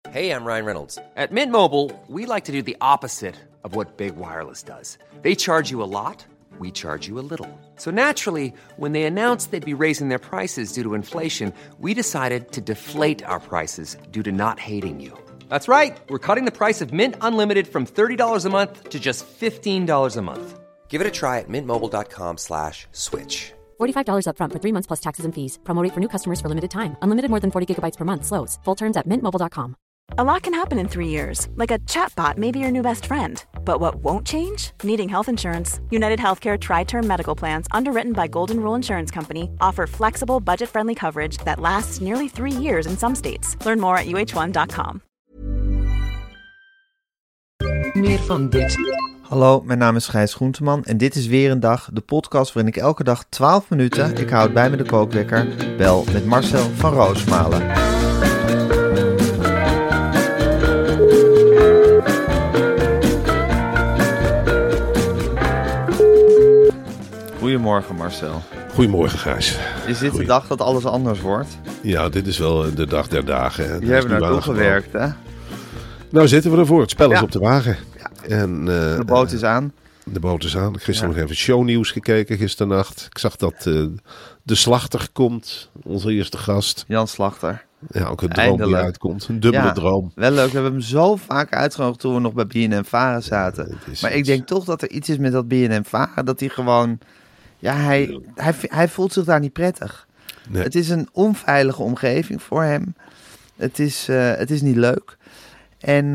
Hey, I'm Ryan Reynolds. At Mint Mobile, we like to do the opposite of what Big Wireless does. They charge you a lot, we charge you a little. So naturally, when they announced they'd be raising their prices due to inflation, we decided to deflate our prices due to not hating you. That's right. We're cutting the price of Mint Unlimited from $30 a month to just $15 a month. Give it a try at mintmobile.com/switch. $45 up front for 3 months plus taxes and fees. Promo rate for new customers for limited time. Unlimited more than 40 gigabytes per month. Slows full terms at mintmobile.com. A lot can happen in 3 years, like a chatbot may be your new best friend. But what won't change? Needing health insurance. United Healthcare Tri-Term Medical Plans, underwritten by Golden Rule Insurance Company, offer flexible, budget-friendly coverage that lasts nearly 3 years in some states. Learn more at uh1.com. Meer van dit. Hallo, mijn naam is Gijs Groenteman en dit is weer een dag, de podcast waarin ik elke dag 12 minuten, ik houd bij me de kookwekker, bel met Marcel van Roosmalen. Goedemorgen Marcel. Goedemorgen Gijs. Is dit de dag dat alles anders wordt? Ja, dit is wel de dag der dagen. Je hebt naartoe gewerkt, hè? Nou zitten we ervoor. Het spel is Ja. op de wagen. Ja. En, De boot is aan. De boot is aan. Gisteren nog even shownieuws gekeken, gisternacht. Ik zag dat de slachter komt, onze eerste gast. Jan Slachter. Ja, ook een droom die Eindelijk. uitkomt. Een dubbele droom. Wel leuk. We hebben hem zo vaak uitgenodigd toen we nog bij BNN-Vara zaten. Maar ik denk toch dat er iets is met dat BNN-Vara, dat hij gewoon... Ja, hij voelt zich daar niet prettig. Nee. Het is een onveilige omgeving voor hem. Het is niet leuk. En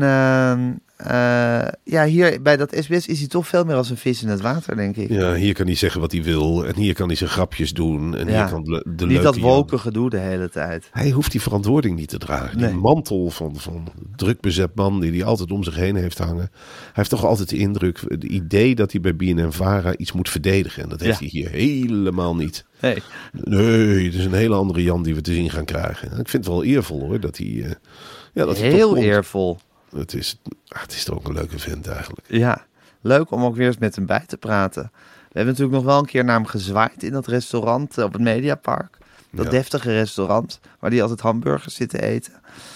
hier bij dat SBS is hij toch veel meer als een vis in het water, denk ik. Ja, hier kan hij zeggen wat hij wil. En hier kan hij zijn grapjes doen. En hier kan de niet leuke dat Jan- woke gedoe de hele tijd. Hij hoeft die verantwoording niet te dragen. Nee. Die mantel van druk bezet man die hij altijd om zich heen heeft hangen. Hij heeft toch altijd de indruk, het idee dat hij bij BNN-Vara iets moet verdedigen. En dat heeft hij hier helemaal niet. Nee, het is een hele andere Jan die we te zien gaan krijgen. En ik vind het wel eervol hoor, dat hij... dat hij Heel toch komt. eervol. Het is toch ook een leuke vent eigenlijk. Ja, leuk om ook weer eens met hem bij te praten. We hebben natuurlijk nog wel een keer naar hem gezwaaid in dat restaurant op het Mediapark. Dat deftige restaurant waar hij altijd hamburgers zit te eten.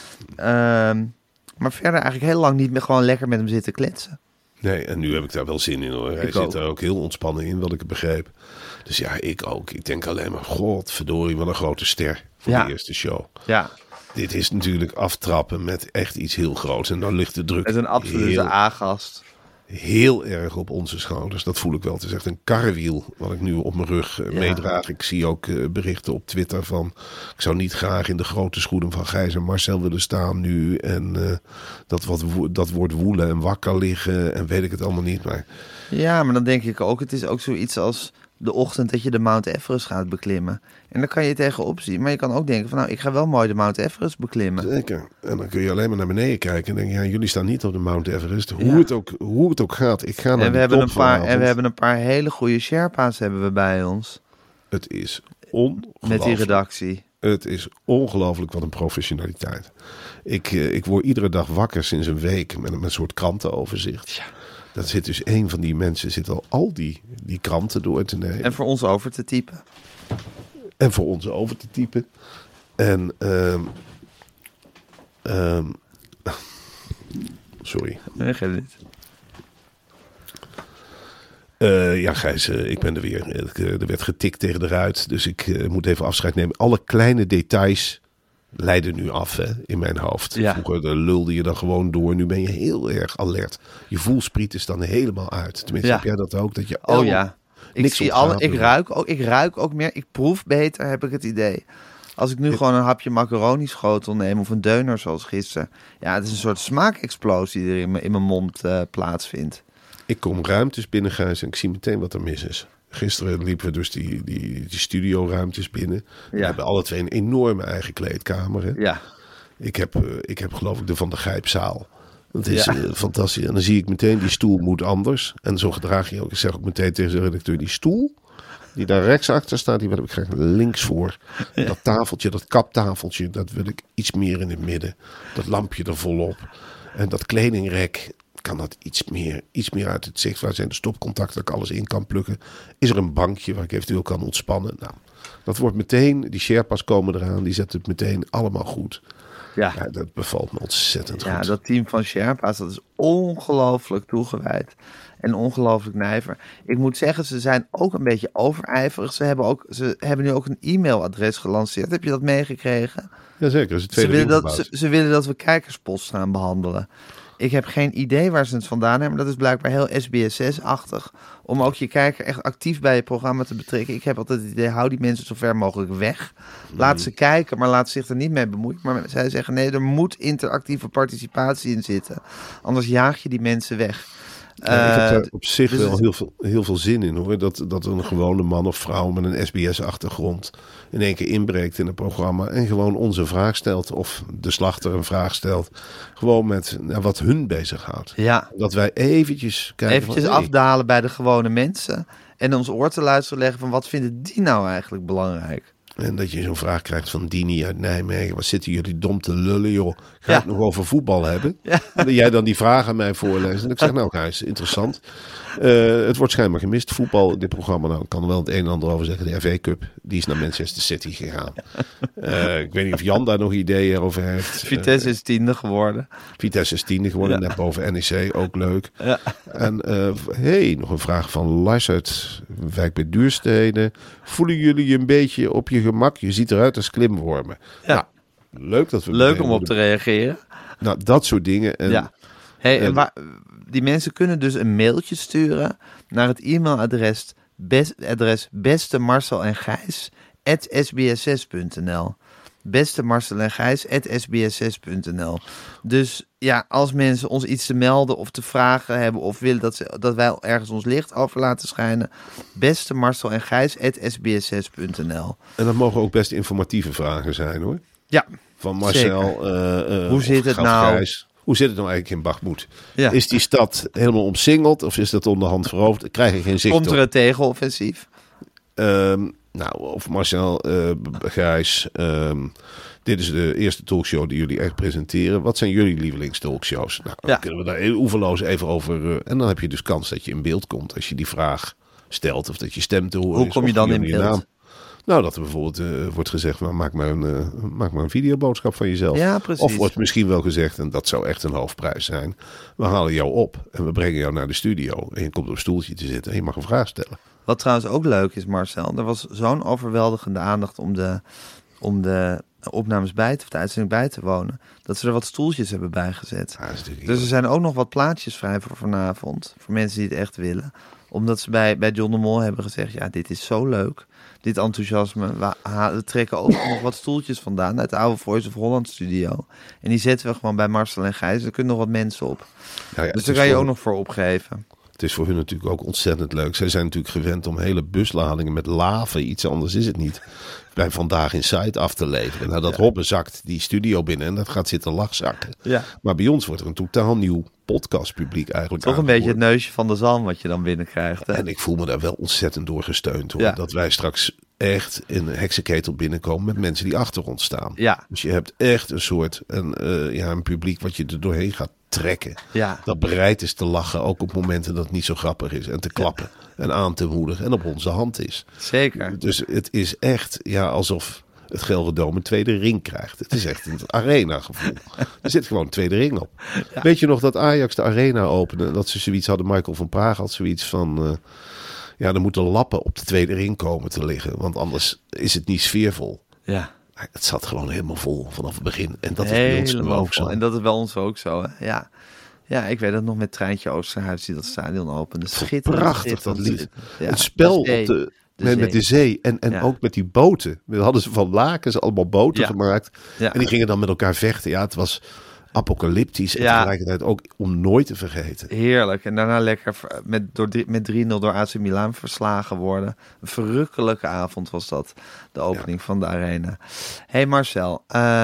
Maar verder eigenlijk heel lang niet meer gewoon lekker met hem zitten kletsen. Nee, en nu heb ik daar wel zin in hoor. Hij zit daar ook heel ontspannen in, wat ik begreep. Dus ja, ik ook. Ik denk alleen maar, godverdorie, wat een grote ster voor de eerste show. Ja. Dit is natuurlijk aftrappen met echt iets heel groots. En dan ligt de druk Het is een absolute A-gast. heel erg op onze schouders. Dat voel ik wel. Het is echt een karrewiel wat ik nu op mijn rug meedraag. Ik zie ook berichten op Twitter van... ik zou niet graag in de grote schoenen van Gijs en Marcel willen staan nu. En dat wordt woelen en wakker liggen en weet ik het allemaal niet. Maar Ja, maar dan denk ik ook, het is ook zoiets als de ochtend dat je de Mount Everest gaat beklimmen. En dan kan je tegenop zien. Maar je kan ook denken van, nou, ik ga wel mooi de Mount Everest beklimmen. zeker. En dan kun je alleen maar naar beneden kijken en denken... ja, jullie staan niet op de Mount Everest. Hoe het ook gaat. Ik ga naar En de we hebben top vanavond. we hebben een paar hele goede Sherpa's hebben we bij ons. Het is ongelooflijk. Met die redactie. Het is ongelooflijk wat een professionaliteit. Ik word iedere dag wakker sinds een week met een soort krantenoverzicht. Ja. Dat zit dus een van die mensen zit al die kranten door te nemen. En voor ons over te typen. En voor ons over te typen. En sorry. Nee, geen niet. Ja, Gijs, ik ben er weer. Er werd getikt tegen de ruit, dus ik moet even afscheid nemen. Alle kleine details leiden nu af hè, in mijn hoofd. Ja. Vroeger lulde je dan gewoon door. Nu ben je heel erg alert. Je voelspriet is dan helemaal uit. Tenminste, heb jij dat ook? Dat je Ik ruik ook meer. Ik proef beter, heb ik het idee. Als ik nu gewoon een hapje macaroni schotel neem of een deuner zoals gisteren. Ja, het is een soort smaakexplosie die er in mijn mond plaatsvindt. Ik kom ruimtes binnen, Gijs, en ik zie meteen wat er mis is. Gisteren liepen we dus die studioruimtes binnen. We hebben alle twee een enorme eigen kleedkamer. Hè? Ja. Ik heb geloof ik de Van der Gijpzaal. Dat is fantastisch. En dan zie ik meteen, die stoel moet anders. En zo gedraag je ook. Ik zeg ook meteen tegen de redacteur, die stoel die daar rechts achter staat, die wil ik graag links voor. En dat tafeltje, dat kaptafeltje, dat wil ik iets meer in het midden. Dat lampje er volop. En dat kledingrek, kan dat iets meer uit het zicht. Waar zijn de stopcontacten, dat ik alles in kan plukken. Is er een bankje waar ik eventueel kan ontspannen? Nou, dat wordt meteen, die Sherpas komen eraan, die zetten het meteen allemaal goed. Ja. Ja, dat bevalt me ontzettend Ja, goed. dat team van Sherpa's, dat is ongelooflijk toegewijd. En ongelooflijk nijver. Ik moet zeggen, ze zijn ook een beetje overijverig. Ze hebben nu ook een e-mailadres gelanceerd. Heb je dat meegekregen? Jazeker, is het tweede Ze willen dat we kijkerspost gaan behandelen. Ik heb geen idee waar ze het vandaan hebben. Maar dat is blijkbaar heel SBS6-achtig. Om ook je kijker echt actief bij je programma te betrekken. Ik heb altijd het idee, hou die mensen zo ver mogelijk weg. Laat ze kijken, maar laat zich er niet mee bemoeien. Maar zij zeggen, nee, er moet interactieve participatie in zitten. Anders jaag je die mensen weg. Ja, ik heb daar op zich dus wel heel veel zin in, hoor. Dat een gewone man of vrouw met een SBS-achtergrond in één keer inbreekt in het programma en gewoon onze vraag stelt. Of de slachter een vraag stelt. Gewoon met wat hun bezighoudt. Ja. Dat wij eventjes kijken. Eventjes van, hey, afdalen bij de gewone mensen. En ons oor te luisteren leggen van wat vinden die nou eigenlijk belangrijk? En dat je zo'n vraag krijgt van Dini uit Nijmegen. Wat zitten jullie dom te lullen, joh. Ga je Ja. het nog over voetbal hebben? Ja. En dat jij dan die vraag aan mij voorleest. En ik zeg, nou Gijs, interessant. Het wordt schijnbaar gemist. Voetbal, dit programma, nou, ik kan er wel het een en ander over zeggen. De FA Cup, die is naar Manchester City gegaan. Ik weet niet of Jan daar nog ideeën over heeft. Vitesse is 10e geworden. Vitesse is 10e geworden, Ja. net boven NEC, ook leuk. Ja. En nog een vraag van Lars uit Wijk bij Duurstede. Voelen jullie je een beetje op je gemak? Je ziet eruit als klimwormen. Ja. Nou, leuk dat we... Leuk om op te reageren. Nou, dat soort dingen. En, Ja. Hey, en die mensen kunnen dus een mailtje sturen naar het e-mailadres beste Marcel en Gijs @sbs6.nl. Beste Marcel en Gijs @sbs6.nl. Dus ja, als mensen ons iets te melden of te vragen hebben of willen dat wij ergens ons licht over laten schijnen, beste Marcel en Gijs @sbs6.nl. En dat mogen ook best informatieve vragen zijn, hoor. Ja, Van Marcel. Hoe zit het of nou? Gijs. Hoe zit het nou eigenlijk in Bakhmut? Ja. Is die stad helemaal omsingeld of is dat onderhand veroverd? Ik krijg er geen zicht Komt er op. een tegenoffensief? Of Marcel, Gijs, dit is de eerste talkshow die jullie echt presenteren. Wat zijn jullie lievelingstalkshows? Nou, dan kunnen we daar oeverloos even over. En dan heb je dus kans dat je in beeld komt als je die vraag stelt of dat je stem te horen Hoe is. kom je of dan in je beeld? naam. Nou, dat er bijvoorbeeld wordt gezegd, maak maar een videoboodschap van jezelf. Ja, precies. Of wordt misschien wel gezegd, en dat zou echt een hoofdprijs zijn. We halen jou op en we brengen jou naar de studio. En je komt op een stoeltje te zitten en je mag een vraag stellen. Wat trouwens ook leuk is, Marcel, er was zo'n overweldigende aandacht om de opnames de uitzending bij te wonen, dat ze er wat stoeltjes hebben bijgezet. Ja, dat is natuurlijk Dus er zijn ook nog wat plaatjes vrij voor vanavond, voor mensen die het echt willen. Omdat ze bij John de Mol hebben gezegd, ja, dit is zo leuk, dit enthousiasme. We trekken ook nog wat stoeltjes vandaan uit de oude Voice of Holland studio. En die zetten we gewoon bij Marcel en Gijs. Er kunnen nog wat mensen op. Ja, Dus het daar is kan je voor- ook nog voor opgeven. Het is voor hun natuurlijk ook ontzettend leuk. Zij zijn natuurlijk gewend om hele busladingen met laven, iets anders is het niet, bij Vandaag Inside af te leveren. Nou, dat Robben zakt die studio binnen en dat gaat zitten lachzakken. Ja. Maar bij ons wordt er een totaal nieuw podcastpubliek eigenlijk Toch een beetje het aangeboord. neusje van de zalm wat je dan binnenkrijgt. Hè? En ik voel me daar wel ontzettend door gesteund, hoor. Ja. Dat wij straks echt in een heksenketel binnenkomen met mensen die achter ons staan. Ja. Dus je hebt echt een soort een publiek wat je er doorheen gaat trekken. Ja. Dat bereid is te lachen, ook op momenten dat het niet zo grappig is. En te klappen en aan te moedigen en op onze hand is. Zeker. Dus het is echt alsof het Gelredome een tweede ring krijgt. Het is echt een arena gevoel. Er zit gewoon een tweede ring op. Ja. Weet je nog dat Ajax de arena opende en dat ze zoiets hadden, Michael van Praag had zoiets van, er moeten lappen op de tweede ring komen te liggen. Want anders is het niet sfeervol. Ja. Het zat gewoon helemaal vol vanaf het begin. En dat is bij ons nu ook zo. En dat is bij ons ook zo, hè? Ja. Ja, ik weet het nog met Treintje Oosterhuis die dat stadion opende. Schitterend. Prachtig dat lied. Ja, het spel de met de zee en ook met die boten. We hadden ze van lakens allemaal boten gemaakt. Ja. En die gingen dan met elkaar vechten. Ja, het was apocalyptisch en tegelijkertijd ook om nooit te vergeten. Heerlijk. En daarna lekker met 3-0 door AC Milan verslagen worden. Een verrukkelijke avond was dat. De opening van de arena. Hey Marcel,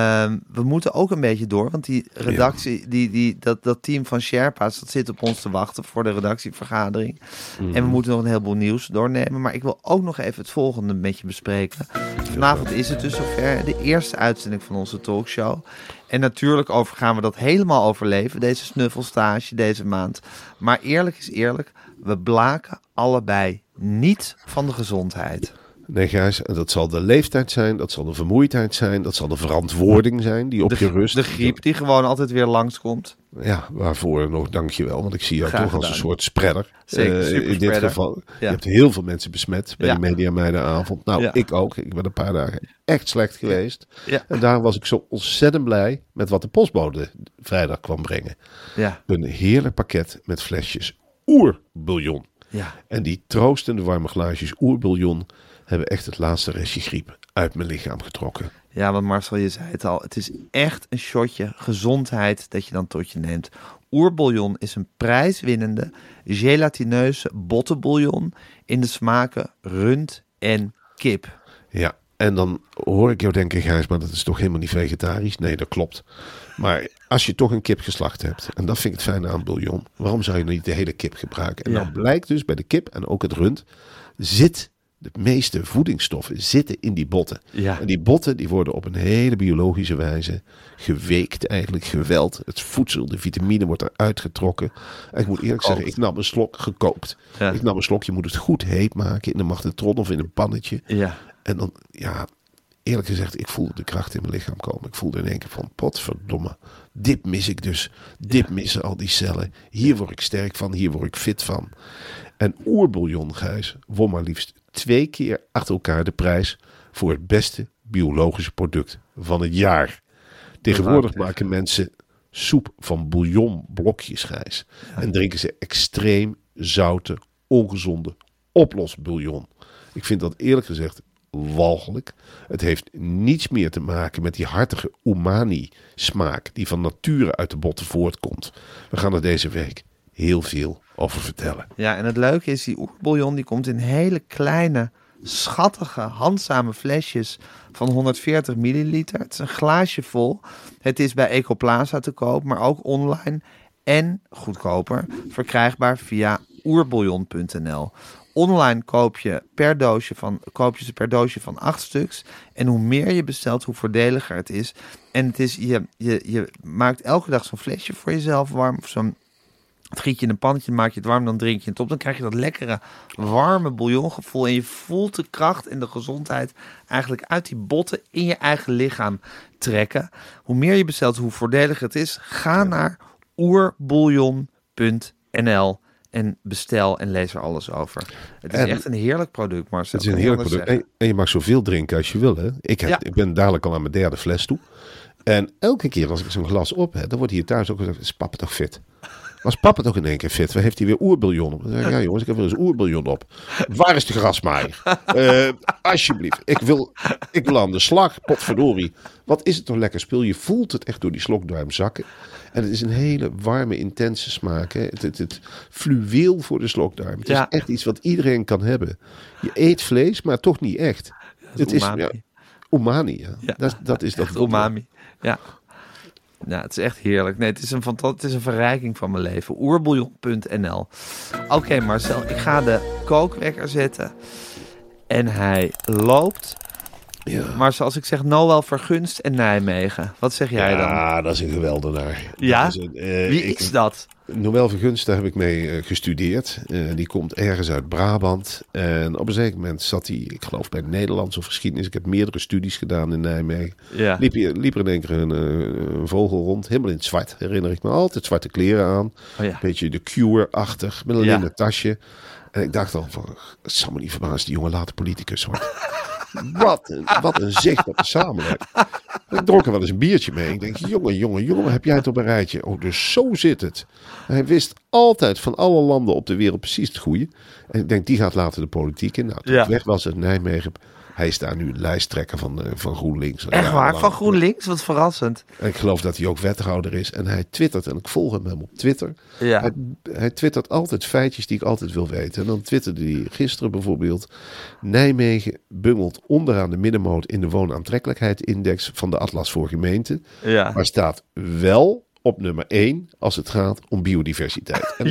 we moeten ook een beetje door. Want die redactie, dat team van Sherpa's, dat zit op ons te wachten voor de redactievergadering. En we moeten nog een heleboel nieuws doornemen. Maar ik wil ook nog even het volgende met je bespreken. Vanavond is het dus zover. De eerste uitzending van onze talkshow. En natuurlijk gaan we dat helemaal overleven. Deze snuffelstage deze maand. Maar eerlijk is eerlijk. We blaken allebei niet van de gezondheid. Nee, Gijs, dat zal de leeftijd zijn, dat zal de vermoeidheid zijn, dat zal de verantwoording zijn die op je rust. De griep die gewoon altijd weer langskomt. Ja, waarvoor nog dankjewel, want ik zie jou Graag toch als gedaan. een soort spreader. Zeker, In dit superspreader. geval. Ja. Je hebt heel veel mensen besmet bij Ja. de Mediameidenavond. Nou, Ja. ik ook. Ik ben een paar dagen echt slecht geweest. Ja. En daar was ik zo ontzettend blij met wat de postbode vrijdag kwam brengen. Ja. Een heerlijk pakket met flesjes oerbouillon. Ja. En die troostende warme glaasjes oerbouillon hebben echt het laatste restje griep uit mijn lichaam getrokken. Ja, want Marcel, je zei het al. Het is echt een shotje gezondheid dat je dan tot je neemt. Oerbouillon is een prijswinnende, gelatineuze bottenbouillon in de smaken rund en kip. Ja, en dan hoor ik jou denken, Gijs, maar dat is toch helemaal niet vegetarisch? Nee, dat klopt. Maar als je toch een kip geslacht hebt, en dat vind ik het fijne aan bouillon, waarom zou je niet de hele kip gebruiken? En Ja. dan blijkt dus bij de kip en ook het rund, de meeste voedingsstoffen zitten in die botten. Ja. En die botten die worden op een hele biologische wijze geweekt, eigenlijk geweld. Het voedsel, de vitamine wordt eruit getrokken. En ik moet eerlijk zeggen, ik nam een slok gekookt. Ja. Ik nam een slok, je moet het goed heet maken in een magnetron of in een pannetje. Ja. En dan, ja, eerlijk gezegd, ik voelde de kracht in mijn lichaam komen. Ik voelde in één keer van, potverdomme, dit mis ik dus. Dit missen al die cellen. Hier word ik sterk van, hier word ik fit van. En oerbouillon, Gijs, won maar liefst 2 keer achter elkaar de prijs voor het beste biologische product van het jaar. Tegenwoordig maken mensen soep van bouillonblokjes, Gijs. En drinken ze extreem zoute, ongezonde oplosbouillon. Ik vind dat eerlijk gezegd walgelijk. Het heeft niets meer te maken met die hartige umami-smaak die van nature uit de botten voortkomt. We gaan er deze week heel veel over vertellen. Ja, en het leuke is, die oerbouillon die komt in hele kleine, schattige, handzame flesjes van 140 milliliter. Het is een glaasje vol. Het is bij Ecoplaza te koop, maar ook online en goedkoper verkrijgbaar via oerbouillon.nl. Online koop je ze per doosje van 8 stuks. En hoe meer je bestelt, hoe voordeliger het is. En het is, je maakt elke dag zo'n flesje voor jezelf warm. Of zo'n, het giet je in een pannetje, maak je het warm, dan drink je het op. Dan krijg je dat lekkere, warme bouillongevoel. En je voelt de kracht en de gezondheid eigenlijk uit die botten in je eigen lichaam trekken. Hoe meer je bestelt, hoe voordeliger het is. Ga naar oerbouillon.nl. En bestel en lees er alles over. Het is echt een heerlijk product, Marcel. Het is een heerlijk product. En je mag zoveel drinken als je wil. Hè? Ik ben dadelijk al aan mijn 3e fles toe. En elke keer als ik zo'n glas op heb, dan wordt hier thuis ook gezegd, is papa toch fit? Was papa toch in één keer fit? Waar heeft hij weer oerbouillon op? Dan zeg ik, ja jongens, ik heb wel eens oerbouillon op. Waar is de grasmaaier? Alsjeblieft. Ik wil aan de slag. Potverdorie. Wat is het toch lekker spul. Je voelt het echt door die slokdarm zakken. En het is een hele warme, intense smaak. Hè? Het fluweel voor de slokdarm. Het is echt iets wat iedereen kan hebben. Je eet vlees, maar toch niet echt. Het is umami. Ja. Dat is dat. Umami. Ja. Ja, het is echt heerlijk. Nee, het is een verrijking van mijn leven. Oerbouillon.nl. Oké, Marcel, ik ga de kookwekker zetten. En hij loopt. Ja. Marcel, als ik zeg Noël Vergunst en Nijmegen, wat zeg jij dan? Ja, dat is een geweldenaar. Ja? Wie is dat? Noël Vergunst, daar heb ik mee gestudeerd. Die komt ergens uit Brabant. En op een zeker moment zat hij, ik geloof bij Nederlands of geschiedenis. Ik heb meerdere studies gedaan in Nijmegen. Ja. Liep er in één keer een vogel rond, helemaal in het zwart. Herinner ik me, altijd zwarte kleren aan. Oh ja. Een beetje de Cure-achtig, met een linnen tasje. En ik dacht al van, het zal me niet verbazen, die jongen later politicus wordt. Wat een zicht op de samenleving. Ik dronk er wel eens een biertje mee. Ik denk, jongen, heb jij het op een rijtje? Oh, dus zo zit het. Hij wist altijd van alle landen op de wereld precies het goede. En ik denk, die gaat later de politiek in. Nou, toen ik weg was uit Nijmegen, hij is daar nu lijsttrekker van GroenLinks. Echt waar? Van GroenLinks? Wat verrassend. En ik geloof dat hij ook wethouder is. En hij twittert, en ik volg hem op Twitter. Ja. Hij twittert altijd feitjes die ik altijd wil weten. En dan twitterde hij gisteren bijvoorbeeld: Nijmegen bungelt onderaan de middenmoot in de woonaantrekkelijkheidsindex van de Atlas voor gemeenten. Ja. Maar staat wel op nummer 1 als het gaat om biodiversiteit. En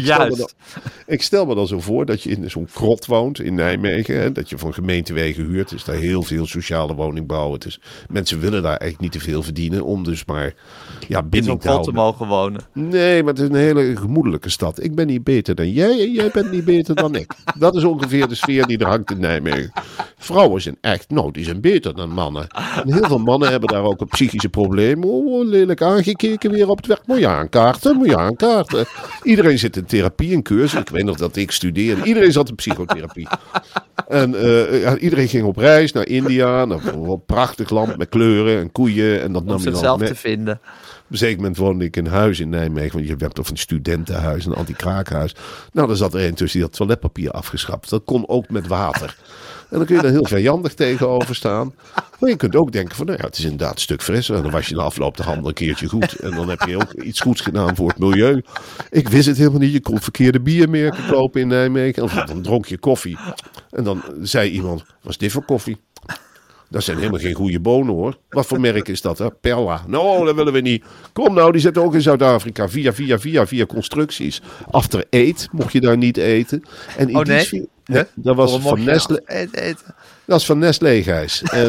ik stel me dan zo voor dat je in zo'n krot woont in Nijmegen. Hè, dat je van gemeentewegen huurt. Er is daar heel veel sociale woningbouw. Mensen willen daar eigenlijk niet te veel verdienen om dus maar binding te houden. te mogen wonen. Nee, maar het is een hele gemoedelijke stad. Ik ben niet beter dan jij en jij bent niet beter dan ik. Dat is ongeveer de sfeer die er hangt in Nijmegen. Vrouwen zijn echt, die zijn beter dan mannen. En heel veel mannen hebben daar ook een psychische probleem. Oh, lelijk aangekeken weer op het werk. Moet je aankaarten. Iedereen zit in therapie, in cursus. Ik weet nog dat ik studeerde. Iedereen zat in psychotherapie. En iedereen ging op reis naar India. Naar een prachtig land met kleuren en koeien. En dat nam je dan zichzelf mee. te vinden. Op een zeker moment woonde ik in een huis in Nijmegen. Want je hebt toch een studentenhuis, een anti-kraakhuis. Nou, daar zat er een tussen die had toiletpapier afgeschaft. Dat kon ook met water. En dan kun je er heel vijandig tegenover staan. Maar je kunt ook denken van, het is inderdaad een stuk frisser. En dan was je na afloop de handen een keertje goed. En dan heb je ook iets goeds gedaan voor het milieu. Ik wist het helemaal niet. Je kon verkeerde biermerken kopen in Nijmegen. Of dan dronk je koffie. En dan zei iemand, wat is dit voor koffie? Dat zijn helemaal geen goede bonen hoor. Wat voor merk is dat? Hè? Perla. Nou, dat willen we niet. Kom nou, die zitten ook in Zuid-Afrika. Via constructies. After Eat mocht je daar niet eten. En in dat was van Nestlé. Eten. Dat is van Nestlé, Gijs. En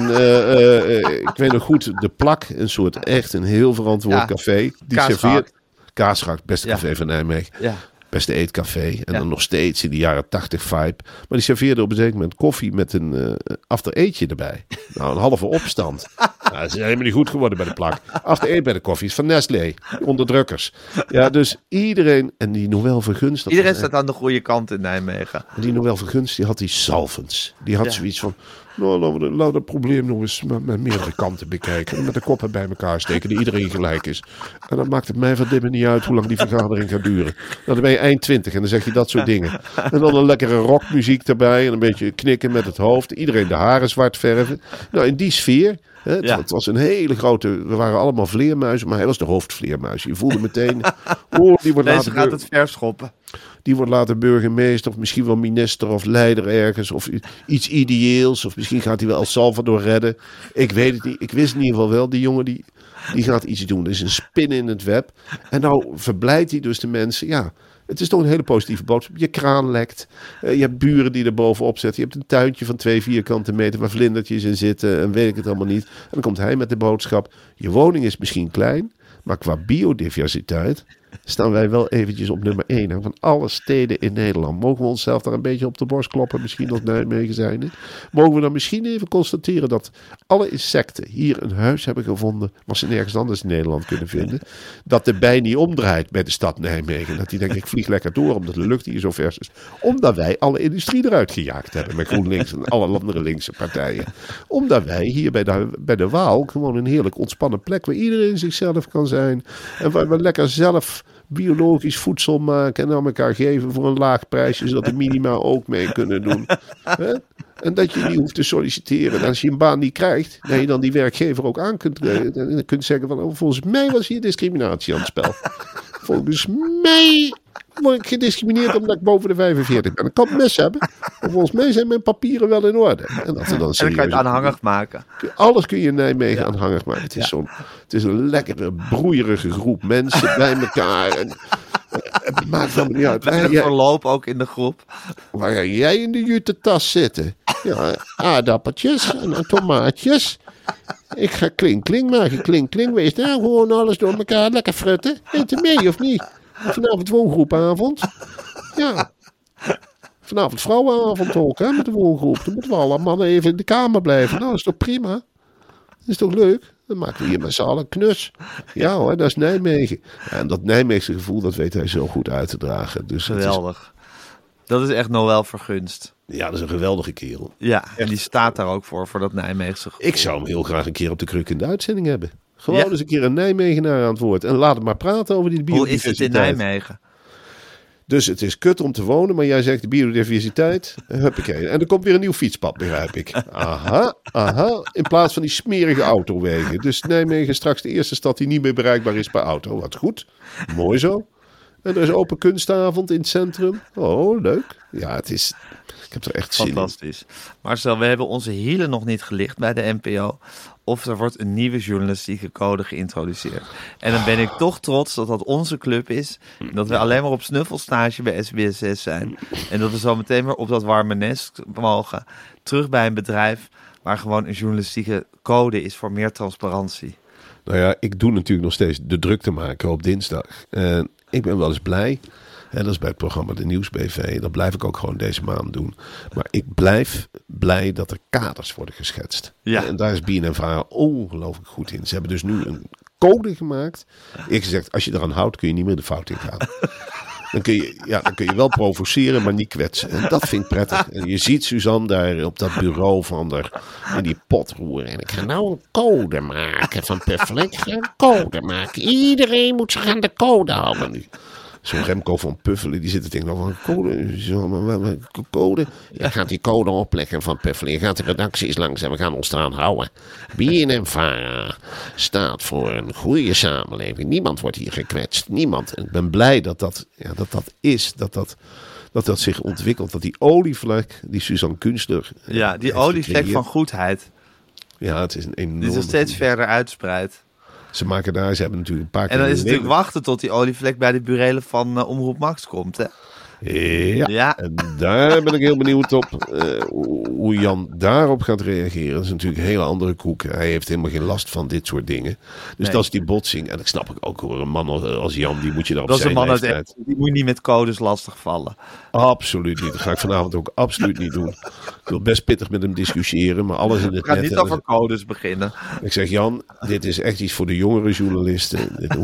ik weet nog goed, de Plak, echt een heel verantwoord café. Die serveert Kaasgracht, beste café van Nijmegen. Ja. Beste eetcafé. En dan nog steeds in de jaren 80 vibe. Maar die serveerde op een zeker moment koffie met een after eetje erbij. Nou, een halve opstand. Dat is helemaal niet goed geworden bij de Plak. After eet bij de koffie is van Nestlé. Onderdrukkers. Ja, dus iedereen. En die Noël Vergunst. Iedereen staat aan de goede kant in Nijmegen. Die Noël Vergunst, die had die salvens. Die had zoiets van, laten we het probleem nog eens met meerdere kanten bekijken. En met de koppen bij elkaar steken, die iedereen gelijk is. En dan maakt het mij van dimmen niet uit hoe lang die vergadering gaat duren. Nou, dan ben je eind 20 en dan zeg je dat soort dingen. En dan een lekkere rockmuziek erbij en een beetje knikken met het hoofd. Iedereen de haren zwart verven. Nou, in die sfeer. Het was een hele grote, we waren allemaal vleermuizen, maar hij was de hoofdvleermuis. Je voelde meteen, die wordt later gaat het verschoppen. Die wordt later burgemeester of misschien wel minister of leider ergens. Of iets ideeels. Of misschien gaat hij wel El Salvador redden. Ik weet het niet. Ik wist in ieder geval wel, die jongen die gaat iets doen. Er is een spin in het web. En nou verblijdt hij dus de mensen. Ja, het is toch een hele positieve boodschap. Je kraan lekt. Je hebt buren die er bovenop zetten. Je hebt een tuintje van 2 vierkante meter waar vlindertjes in zitten. En weet ik het allemaal niet. En dan komt hij met de boodschap. Je woning is misschien klein. Maar qua biodiversiteit staan wij wel eventjes op nummer 1 hè, van alle steden in Nederland. Mogen we onszelf daar een beetje op de borst kloppen, misschien als Nijmegen zijnde? Mogen we dan misschien even constateren dat alle insecten hier een huis hebben gevonden, wat ze nergens anders in Nederland kunnen vinden? Dat de bij niet omdraait bij de stad Nijmegen. Dat die denkt, ik vlieg lekker door, omdat de lucht hier zo vers is. Omdat wij alle industrie eruit gejaagd hebben met GroenLinks en alle andere linkse partijen. Omdat wij hier bij de Waal gewoon een heerlijk ontspannen plek waar iedereen zichzelf kan zijn. En waar we lekker zelf biologisch voedsel maken en aan elkaar geven voor een laag prijsje, zodat de minima ook mee kunnen doen. En dat je niet hoeft te solliciteren. En als je een baan niet krijgt, dat je dan die werkgever ook aan kunt zeggen van, volgens mij was hier discriminatie aan het spel. Volgens mij word ik gediscrimineerd omdat ik boven de 45 ben. Ik kan het mes hebben, maar volgens mij zijn mijn papieren wel in orde. En dat dan kan je het aanhangig maken. Alles kun je in Nijmegen aanhangig maken. Het is een lekkere, broeierige groep mensen bij elkaar. En, het maakt helemaal niet uit. Lekker verloop ook in de groep. Waar ga jij in de jutetas zitten? Ja, aardappeltjes en tomaatjes. Ik ga kling maken, kling. Wees nou gewoon alles door elkaar. Lekker frutten. Eet er mee of niet? Vanavond woongroepavond. Ja. Vanavond vrouwenavond ook, hè, met de woongroep. Dan moeten we alle mannen even in de kamer blijven. Nou, dat is toch prima? Dat is toch leuk? Dan maken we hier met z'n allen knus. Ja hoor, dat is Nijmegen. Ja, en dat Nijmeegse gevoel, dat weet hij zo goed uit te dragen. Dus geweldig. Dat is echt Noël Vergunst. Ja, dat is een geweldige kerel. Ja, en die staat daar ook voor dat Nijmeegse gevoel. Ik zou hem heel graag een keer op de kruk in de uitzending hebben. Gewoon eens een keer een Nijmegenaar aan het woord. En laat het maar praten over die biodiversiteit. Hoe is het in Nijmegen? Dus het is kut om te wonen, maar jij zegt de biodiversiteit. Huppakee. En er komt weer een nieuw fietspad, begrijp ik. Aha. In plaats van die smerige autowegen. Dus Nijmegen is straks de eerste stad die niet meer bereikbaar is per auto. Wat goed. Mooi zo. En er is open kunstavond in het centrum. Oh, leuk. Ja, het is... Ik heb er echt zin in. Fantastisch. Marcel, we hebben onze hielen nog niet gelicht bij de NPO. Of er wordt een nieuwe journalistieke code geïntroduceerd. En dan ben ik toch trots dat dat onze club is. Dat we alleen maar op snuffelstage bij SBS6 zijn. En dat we zo meteen weer op dat warme nest mogen. Terug bij een bedrijf waar gewoon een journalistieke code is voor meer transparantie. Nou ja, ik doe natuurlijk nog steeds de drukte maken op dinsdag. En ik ben wel eens blij. En dat is bij het programma De Nieuwsbv. Dat blijf ik ook gewoon deze maand doen. Maar ik blijf blij dat er kaders worden geschetst. Ja. En daar is BNNVARA ongelooflijk goed in. Ze hebben dus nu een code gemaakt. Ik gezegd, als je eraan houdt kun je niet meer de fout in gaan. Dan kun je wel provoceren, maar niet kwetsen. En dat vind ik prettig. En je ziet Suzanne daar op dat bureau van haar in die pot roeren. En ik ga nou een code maken van Puffelen. Ik ga een code maken. Iedereen moet zich aan de code houden nu. Zo'n Remco van Puffelen, die zit er tegen van code. Je gaat die code opleggen van Puffelen. Je gaat de redacties langs en we gaan ons eraan houden. BNNVARA staat voor een goede samenleving. Niemand wordt hier gekwetst. Niemand. En ik ben blij dat zich ontwikkelt. Dat die olievlek, die Suzanne Kunstler... Ja, die olievlek van goedheid. Ja, het is een enorme... Die zich steeds verder uitspreidt. Ze hebben natuurlijk een paar keer... En dan is het natuurlijk wachten tot die olievlek bij de burelen van Omroep Max komt, hè? Ja, en daar ben ik heel benieuwd op hoe Jan daarop gaat reageren. Dat is natuurlijk een hele andere koek. Hij heeft helemaal geen last van dit soort dingen. Dus dat is die botsing. En dat snap ik ook hoor. Een man als Jan, die moet je daar op zijn leeftijd... Dat is een man die moet je niet met codes lastigvallen. Absoluut niet. Dat ga ik vanavond ook absoluut niet doen. Ik wil best pittig met hem discussiëren, maar alles in het net... We gaan niet over codes beginnen. Ik zeg, Jan, dit is echt iets voor de jongere journalisten.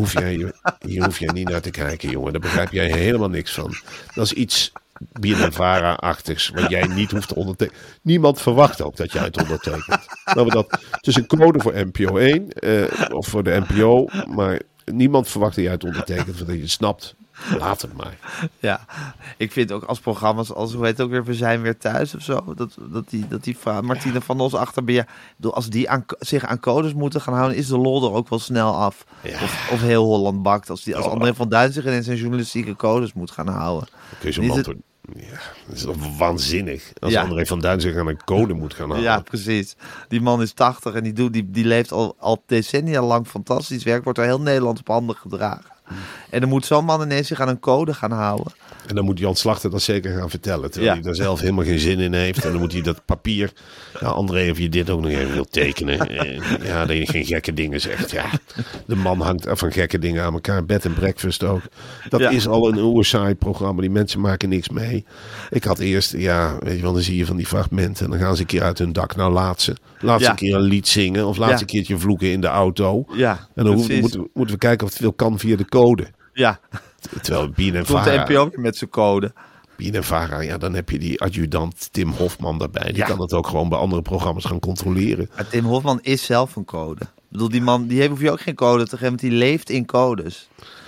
Hier hoef jij niet naar te kijken, jongen. Daar begrijp jij helemaal niks van. Dat is iets BNNVARA-achtigs, wat jij niet hoeft te ondertekenen. Niemand verwacht ook dat jij het ondertekent. Het is een code voor NPO 1, of voor de NPO, maar niemand verwacht dat jij het ondertekent, zodat je het snapt. Laat het maar. Ja, ik vind ook als programma's als, hoe heet het ook weer, We Zijn Weer Thuis of zo, dat die vrouw, Martine van Os Achterbeer, als die zich aan codes moeten gaan houden, is de lol er ook wel snel af. Ja. Of heel Holland bakt, als André van Duin zich ineens zijn journalistieke codes moet gaan houden. Kun je zo'n man ja, dat is toch waanzinnig. Als André van Duin zich aan een code moet gaan houden. Ja, precies. Die man is 80 en die leeft al decennia lang fantastisch werk. Wordt er heel Nederland op handen gedragen. En dan moet zo'n man ineens zich aan een code gaan houden. En dan moet Jan Slachter dat zeker gaan vertellen. Terwijl hij daar zelf helemaal geen zin in heeft. En dan moet hij dat papier... Ja, André, of je dit ook nog even wilt tekenen. Ja, dat je geen gekke dingen zegt. Ja, de man hangt van gekke dingen aan elkaar. Bed en breakfast ook. Dat is al een oerzaai programma. Die mensen maken niks mee. Ik had eerst... Ja, weet je wel, dan zie je van die fragmenten. En dan gaan ze een keer uit hun dak. Nou, laat ze een keer een lied zingen. Of laat ze een keertje vloeken in de auto. Ja, en dan moeten we kijken of het veel kan via de code. Ja. Terwijl BNNVARA... Komt de NPO weer met zijn code. BNNVARA, ja, dan heb je die adjudant Tim Hofman daarbij. Die kan het ook gewoon bij andere programma's gaan controleren. Maar Tim Hofman is zelf een code. Ik bedoel, die man, hoef je ook geen code te geven, want die leeft in codes.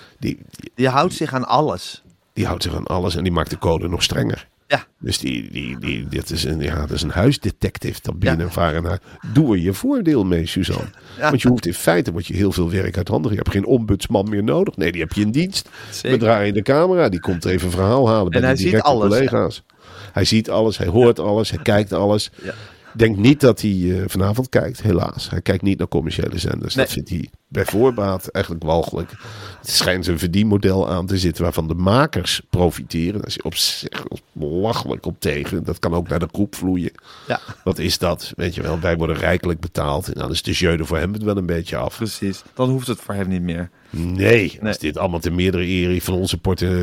Die houdt zich aan alles. Die houdt zich aan alles en die maakt de code nog strenger. Ja. Dus dat is een huisdetective. Dat BNNVARA. Nou, doe er je voordeel mee, Suzanne. Ja. Want je hoeft in feite heel veel werk uit handen. Je hebt geen ombudsman meer nodig. Nee, die heb je in dienst. We draaien de camera. Die komt even een verhaal halen bij de directe collega's. Hij ziet alles. Hij hoort alles. Hij kijkt alles. Ja. Denk niet dat hij vanavond kijkt, helaas. Hij kijkt niet naar commerciële zenders. Nee. Dat vindt hij bij voorbaat eigenlijk walgelijk. Het schijnt een verdienmodel aan te zitten waarvan de makers profiteren. Daar is hij op zich belachelijk op tegen. Dat kan ook naar de groep vloeien. Ja. Wat is dat? Weet je wel, wij worden rijkelijk betaald. En dan is de jeu voor hem het wel een beetje af. Precies, dan hoeft het voor hem niet meer. Nee, als dit allemaal te meerdere ere van onze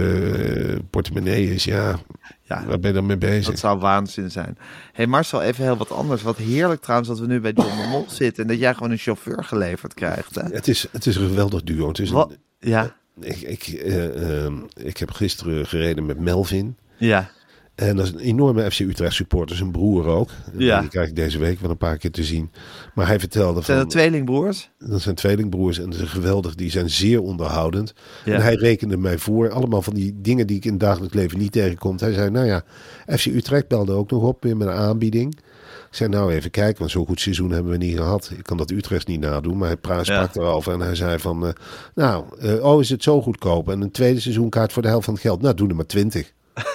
portemonnee is, ja, waar ben je dan mee bezig? Dat zou waanzin zijn. Hey Marcel, even heel wat anders. Wat heerlijk trouwens dat we nu bij John de Mol zitten en dat jij gewoon een chauffeur geleverd krijgt. Hè? Het is een geweldig duo. Het is ja. Ik heb gisteren gereden met Melvin. Ja. En dat is een enorme FC Utrecht supporter, zijn broer ook. Ja. Die krijg ik deze week wel een paar keer te zien. Maar hij vertelde Zijn van... dat tweelingbroers? Dat zijn tweelingbroers en ze zijn geweldig. Die zijn zeer onderhoudend. Ja. En hij rekende mij voor. Allemaal van die dingen die ik in het dagelijks leven niet tegenkom. Hij zei, nou ja, FC Utrecht belde ook nog op weer met een aanbieding. Ik zei, nou even kijken, want zo'n goed seizoen hebben we niet gehad. Ik kan dat Utrecht niet nadoen, maar hij sprak erover. En hij zei van, is het zo goedkoop? En een tweede seizoenkaart voor de helft van het geld. Nou, doe er maar 20.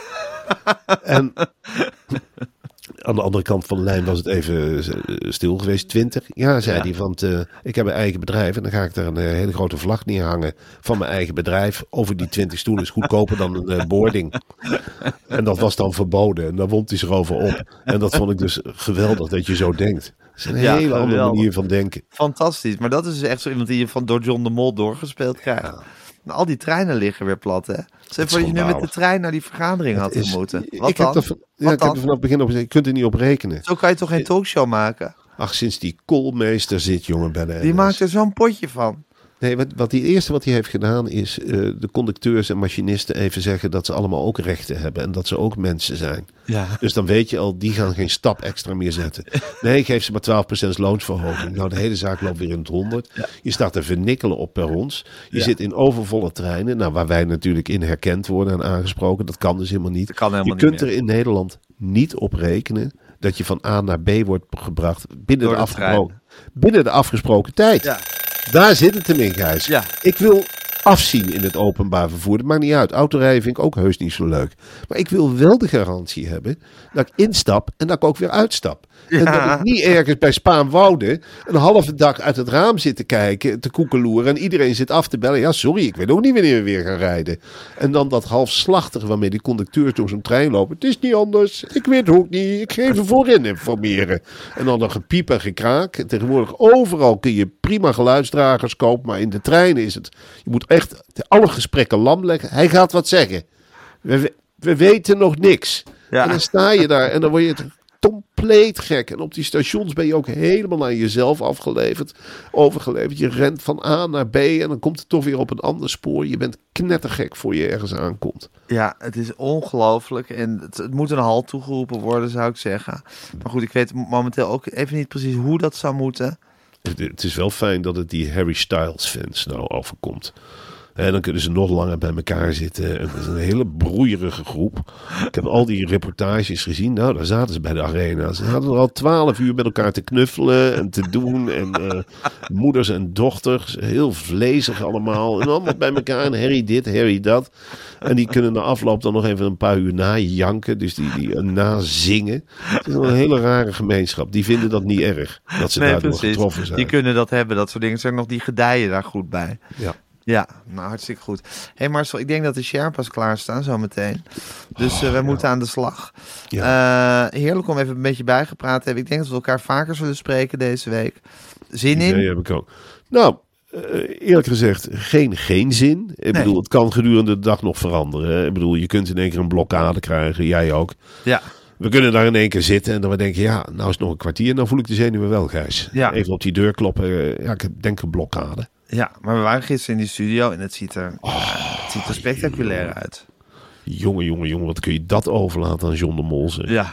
En aan de andere kant van de lijn was het even stil geweest. 20? Ja, zei hij, want ik heb een eigen bedrijf en dan ga ik daar een hele grote vlag neerhangen van mijn eigen bedrijf. Over die 20 stoelen is goedkoper dan een boarding. En dat was dan verboden en daar wond hij zich over op. En dat vond ik dus geweldig dat je zo denkt. Dat is een hele andere manier van denken. Fantastisch, maar dat is dus echt zo iemand die je door John de Mol doorgespeeld krijgt. Ja. Nou, al die treinen liggen weer plat, hè? Zeg voor je nu met de trein naar die vergadering had gemoeten. Ik heb er vanaf het begin op gezegd, je kunt er niet op rekenen. Zo kan je toch geen talkshow maken? Ach, sinds die koolmeester zit, jongen, bij de NS. Die maakt er zo'n potje van. Nee, wat hij heeft gedaan is de conducteurs en machinisten even zeggen dat ze allemaal ook rechten hebben en dat ze ook mensen zijn. Ja. Dus dan weet je al, die gaan geen stap extra meer zetten. Nee, geef ze maar 12% loonsverhoging. Nou, de hele zaak loopt weer in het 100. Ja. Je staat te vernikkelen op perrons. Je zit in overvolle treinen, nou, waar wij natuurlijk in herkend worden en aangesproken. Dat kan dus helemaal niet. Je kunt er in Nederland niet op rekenen dat je van A naar B wordt gebracht binnen de afgesproken tijd. Ja. Daar zit het hem in, Gijs. Ja. Ik wil afzien in het openbaar vervoer. Dat maakt niet uit. Autorijden vind ik ook heus niet zo leuk. Maar ik wil wel de garantie hebben dat ik instap en dat ik ook weer uitstap. Ja. En dat ik niet ergens bij Spaanwouden een halve dag uit het raam zit te kijken, te koekeloeren en iedereen zit af te bellen. Ja, sorry, ik weet ook niet wanneer we weer gaan rijden. En dan dat halfslachtige waarmee die conducteurs door zo'n trein lopen. Het is niet anders. Ik weet het ook niet. Ik geef er voorin informeren. En dan gepiep en gekraak. En tegenwoordig overal kun je prima geluidsdragers kopen, maar in de treinen is het. Je moet echt alle gesprekken lam leggen. Hij gaat wat zeggen. We weten nog niks. Ja. En dan sta je daar en dan word je het compleet gek. En op die stations ben je ook helemaal aan jezelf overgeleverd. Je rent van A naar B en dan komt het toch weer op een ander spoor. Je bent knettergek voor je ergens aankomt. Ja, het is ongelooflijk. En het moet een halt toegeroepen worden, zou ik zeggen. Maar goed, ik weet momenteel ook even niet precies hoe dat zou moeten. Het is wel fijn dat het die Harry Styles fans nou overkomt. En dan kunnen ze nog langer bij elkaar zitten. En het is een hele broeierige groep. Ik heb al die reportages gezien. Nou, daar zaten ze bij de arena. Ze hadden er al 12 uur met elkaar te knuffelen en te doen. En moeders en dochters. Heel vlezig allemaal. En allemaal bij elkaar. En Harry dit, Harry dat. En die kunnen na afloop dan nog even een paar uur najanken. Dus die nazingen. Het is een hele rare gemeenschap. Die vinden dat niet erg. Dat ze daardoor getroffen zijn. Die kunnen dat hebben, dat soort dingen. Er zijn nog die gedijen daar goed bij. Ja. Ja, nou hartstikke goed. Hé Marcel, ik denk dat de Sherpas klaarstaan zo meteen. Dus wij moeten aan de slag. Ja. Heerlijk om even een beetje bijgepraat te hebben. Ik denk dat we elkaar vaker zullen spreken deze week. Zin in? Nee, heb ik ook. Nou, eerlijk gezegd, geen zin. Ik bedoel, het kan gedurende de dag nog veranderen. Ik bedoel, je kunt in één keer een blokkade krijgen. Jij ook. Ja. We kunnen daar in één keer zitten en dan we denken, ja, nou is het nog een kwartier. Dan voel ik de zenuwen wel, Gijs. Ja. Even op die deur kloppen. Ja, ik denk een blokkade. Ja, maar we waren gisteren in die studio en het ziet er spectaculair uit. Jongen, wat kun je dat overlaten aan John de Mol? Ja,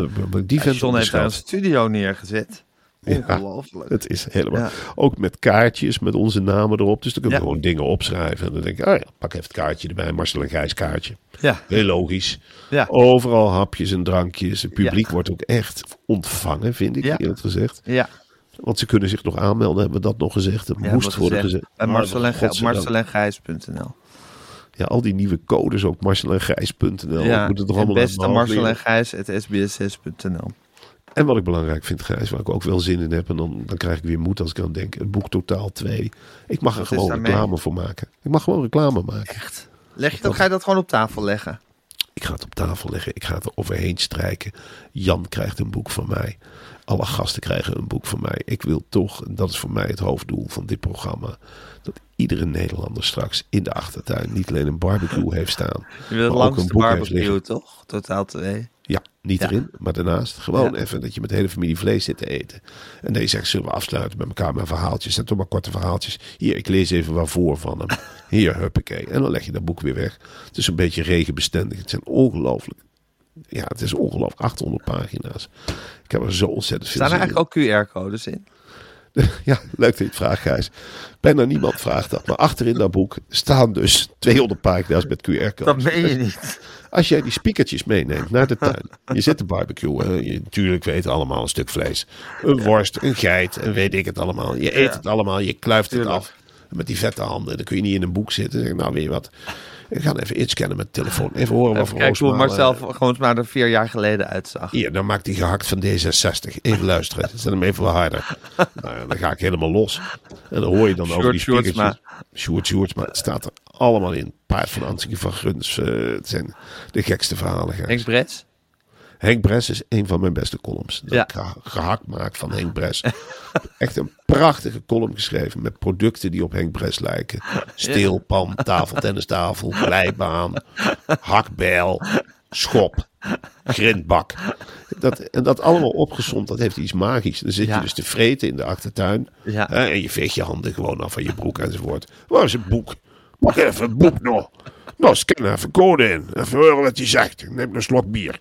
John heeft daar een studio neergezet. Ongelooflijk. Ja, het is helemaal. Ja. Ook met kaartjes, met onze namen erop. Dus dan kunnen we gewoon dingen opschrijven. En dan denk ik, pak even het kaartje erbij. Marcel en Gijs kaartje. Ja. Heel logisch. Ja. Overal hapjes en drankjes. Het publiek wordt ook echt ontvangen, vind ik, eerlijk gezegd. Ja. Want ze kunnen zich nog aanmelden, hebben we dat nog gezegd. Het moest worden gezegd. En marcelengijs.nl. Ja, al die nieuwe codes ook, marcelengijs.nl. Ja, moet het toch allemaal beste marcelengijs@sbs6.nl. En wat ik belangrijk vind, Gijs, waar ik ook wel zin in heb, en dan krijg ik weer moed als ik aan denk, het boek Totaal 2. Ik mag er gewoon reclame voor maken. Ik mag gewoon reclame maken. Echt? Ga je dat gewoon op tafel leggen? Ik ga het op tafel leggen. Ik ga het er overheen strijken. Jan krijgt een boek van mij. Alle gasten krijgen een boek van mij. Ik wil toch, en dat is voor mij het hoofddoel van dit programma, dat iedere Nederlander straks in de achtertuin niet alleen een barbecue heeft staan. Je wil het langste barbecue, toch? Totaal 2. Ja, niet erin, maar daarnaast. Gewoon even dat je met de hele familie vlees zit te eten. En dan zegt, zullen we afsluiten met elkaar met verhaaltjes. En toch maar korte verhaaltjes. Hier, ik lees even waarvoor van hem. Hier, huppakee. En dan leg je dat boek weer weg. Het is een beetje regenbestendig. Het zijn ongelooflijk Ja, het is ongelooflijk. 800 pagina's. Ik heb er zo ontzettend veel Staan er zin eigenlijk ook QR-codes in? Ja, leuk dat je het vraagt, Gijs. Bijna niemand vraagt dat. Maar achterin dat boek staan dus 200 pagina's met QR-codes. Dat meen je niet. Als jij die spiekertjes meeneemt naar de tuin. Je zit te barbecuen. Je natuurlijk weet allemaal een stuk vlees. Een worst, een geit en weet ik het allemaal. Je eet het allemaal, je kluift het af. En met die vette handen, dan kun je niet in een boek zitten. Zeg, nou, weet je wat. Ik ga even inscannen met de telefoon. Even horen wat voor Kijk hoe Marcel gewoon maar er 4 jaar geleden uitzag. Hier, dan maakt hij gehakt van D66. Even luisteren. Zet hem even wat harder. Nou, dan ga ik helemaal los. En dan hoor je dan over die spiekertjes. Sjoerd, maar het staat er allemaal in. Paard van Ansing van Gruns. Het zijn de gekste verhalen. Henk Brets? Henk Bres is een van mijn beste columns. Dat ik gehakt maak van Henk Bres. Echt een prachtige column geschreven met producten die op Henk Bres lijken. Steelpan, tafeltennistafel, glijbaan, hakbijl, schop, grindbak. En dat allemaal opgezond, dat heeft iets magisch. Dan zit je dus te vreten in de achtertuin. Ja. En je veegt je handen gewoon af van je broek enzovoort. Waar is het boek? Pak even het boek nog. Nou, scan even code in. Even horen wat hij zegt. Neem een slok bier.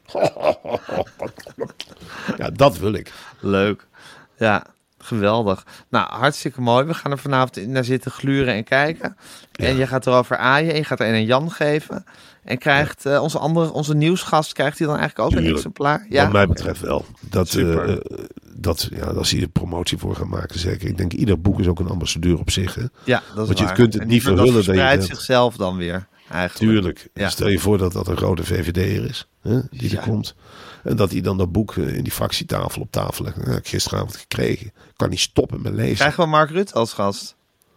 Ja, dat wil ik. Leuk. Ja, geweldig. Nou, hartstikke mooi. We gaan er vanavond naar zitten gluren en kijken. En je gaat erover aaien. En je gaat er een Jan geven. En krijgt onze nieuwsgast, krijgt hij dan eigenlijk ook een exemplaar? Ja? Wat mij betreft wel. Als hij er promotie voor gaat maken, zeker. Ik denk, ieder boek is ook een ambassadeur op zich. Hè? Ja, dat is want waar. Je kunt het niet verhullen. Dat verspreidt zichzelf dan weer. Eigenlijk. Tuurlijk. Ja. Stel je voor dat dat een grote VVD'er is. Hè, die er komt. En dat hij dan dat boek in die fractietafel op tafel legt. Dat heb ik gisteravond gekregen. Kan niet stoppen met lezen. Krijgen we Mark Rutte als gast?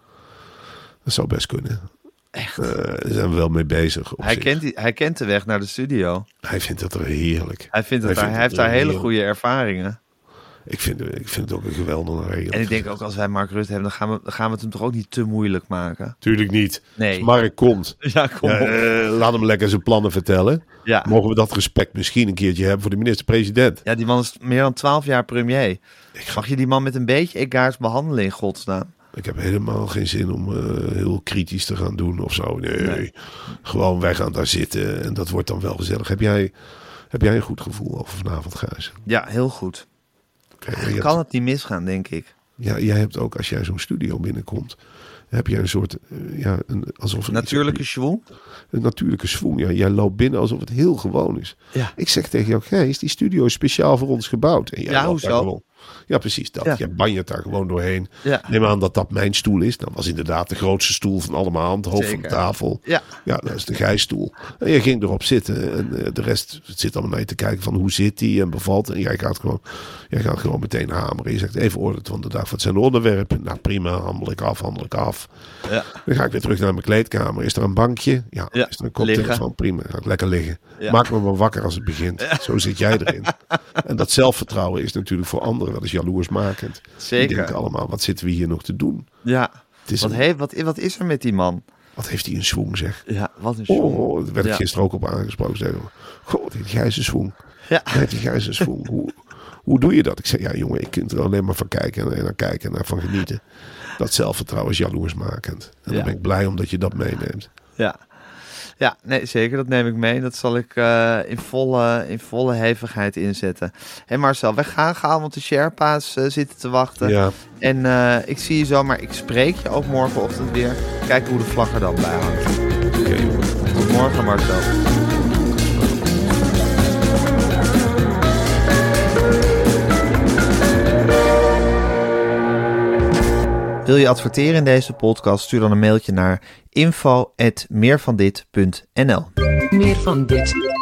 Dat zou best kunnen. Echt? Daar zijn we wel mee bezig. Hij kent de weg naar de studio. Hij vindt het er heerlijk. Hij heeft daar hele goede ervaringen. Ik vind het ook een geweldige regel. En ik denk ook als wij Mark Rutte hebben, dan gaan we het hem toch ook niet te moeilijk maken. Tuurlijk niet. Nee. Als Mark komt, kom op. laat hem lekker zijn plannen vertellen. Ja. Mogen we dat respect misschien een keertje hebben voor de minister-president? Ja, die man is meer dan 12 jaar premier. Mag je die man met een beetje egaars behandelen in godsnaam? Ik heb helemaal geen zin om heel kritisch te gaan doen of zo. Nee. Gewoon, wij gaan daar zitten en dat wordt dan wel gezellig. Heb jij een goed gevoel over vanavond, Gijs? Ja, heel goed. Kan het niet misgaan, denk ik. Ja, jij hebt ook, als jij zo'n studio binnenkomt, heb je een soort, alsof... Natuurlijke schwung? Een natuurlijke schwung, ja. Jij loopt binnen alsof het heel gewoon is. Ja. Ik zeg tegen jou, Gijs, die studio is speciaal voor ons gebouwd. En jij hoezo? Gewoon. Ja, precies dat. Ja. Je banjert daar gewoon doorheen. Ja. Neem aan dat dat mijn stoel is. Dat was inderdaad de grootste stoel van allemaal. Het hoofd van de tafel. Ja. Ja, dat is de Gijsstoel. En je ging erop zitten. En de rest zit allemaal naar je te kijken van hoe zit die en bevalt. En jij gaat gewoon meteen hameren. Je zegt even orde van de dag. Wat zijn de onderwerpen? Nou prima, handel ik af. Ja. Dan ga ik weer terug naar mijn kleedkamer. Is er een bankje? Ja. Is er een koptelefoon? Prima. Dan ga ik lekker liggen. Ja. Maak me maar wakker als het begint. Ja. Zo zit jij erin. En dat zelfvertrouwen is natuurlijk voor anderen wel eens jaloersmakend. Zeker. Die denken allemaal, wat zitten we hier nog te doen? Ja. Wat is er met die man? Wat heeft hij een swoeng, zeg. Ja, wat een swoeng. Daar werd ik gisteren ook op aangesproken. Zeg, goh, die Gijs een swoeng. Ja. Die Gijs een swoeng. Hoe doe je dat? Ik zei, ja jongen, ik kunt er alleen maar van kijken en naar kijken en daarvan genieten. Dat zelfvertrouwen is jaloersmakend. En dan ben ik blij omdat je dat meeneemt. Ja, nee, zeker. Dat neem ik mee. Dat zal ik in volle hevigheid inzetten. Hé Marcel, wij gaan, want de Sherpa's zitten te wachten. Ja. En ik zie je zo, maar ik spreek je ook morgenochtend weer. Kijken hoe de vlag er dan bij hangt. Oké, jongen. Tot morgen, Marcel. Wil je adverteren in deze podcast? Stuur dan een mailtje naar info@meervandit.nl. Meer van dit.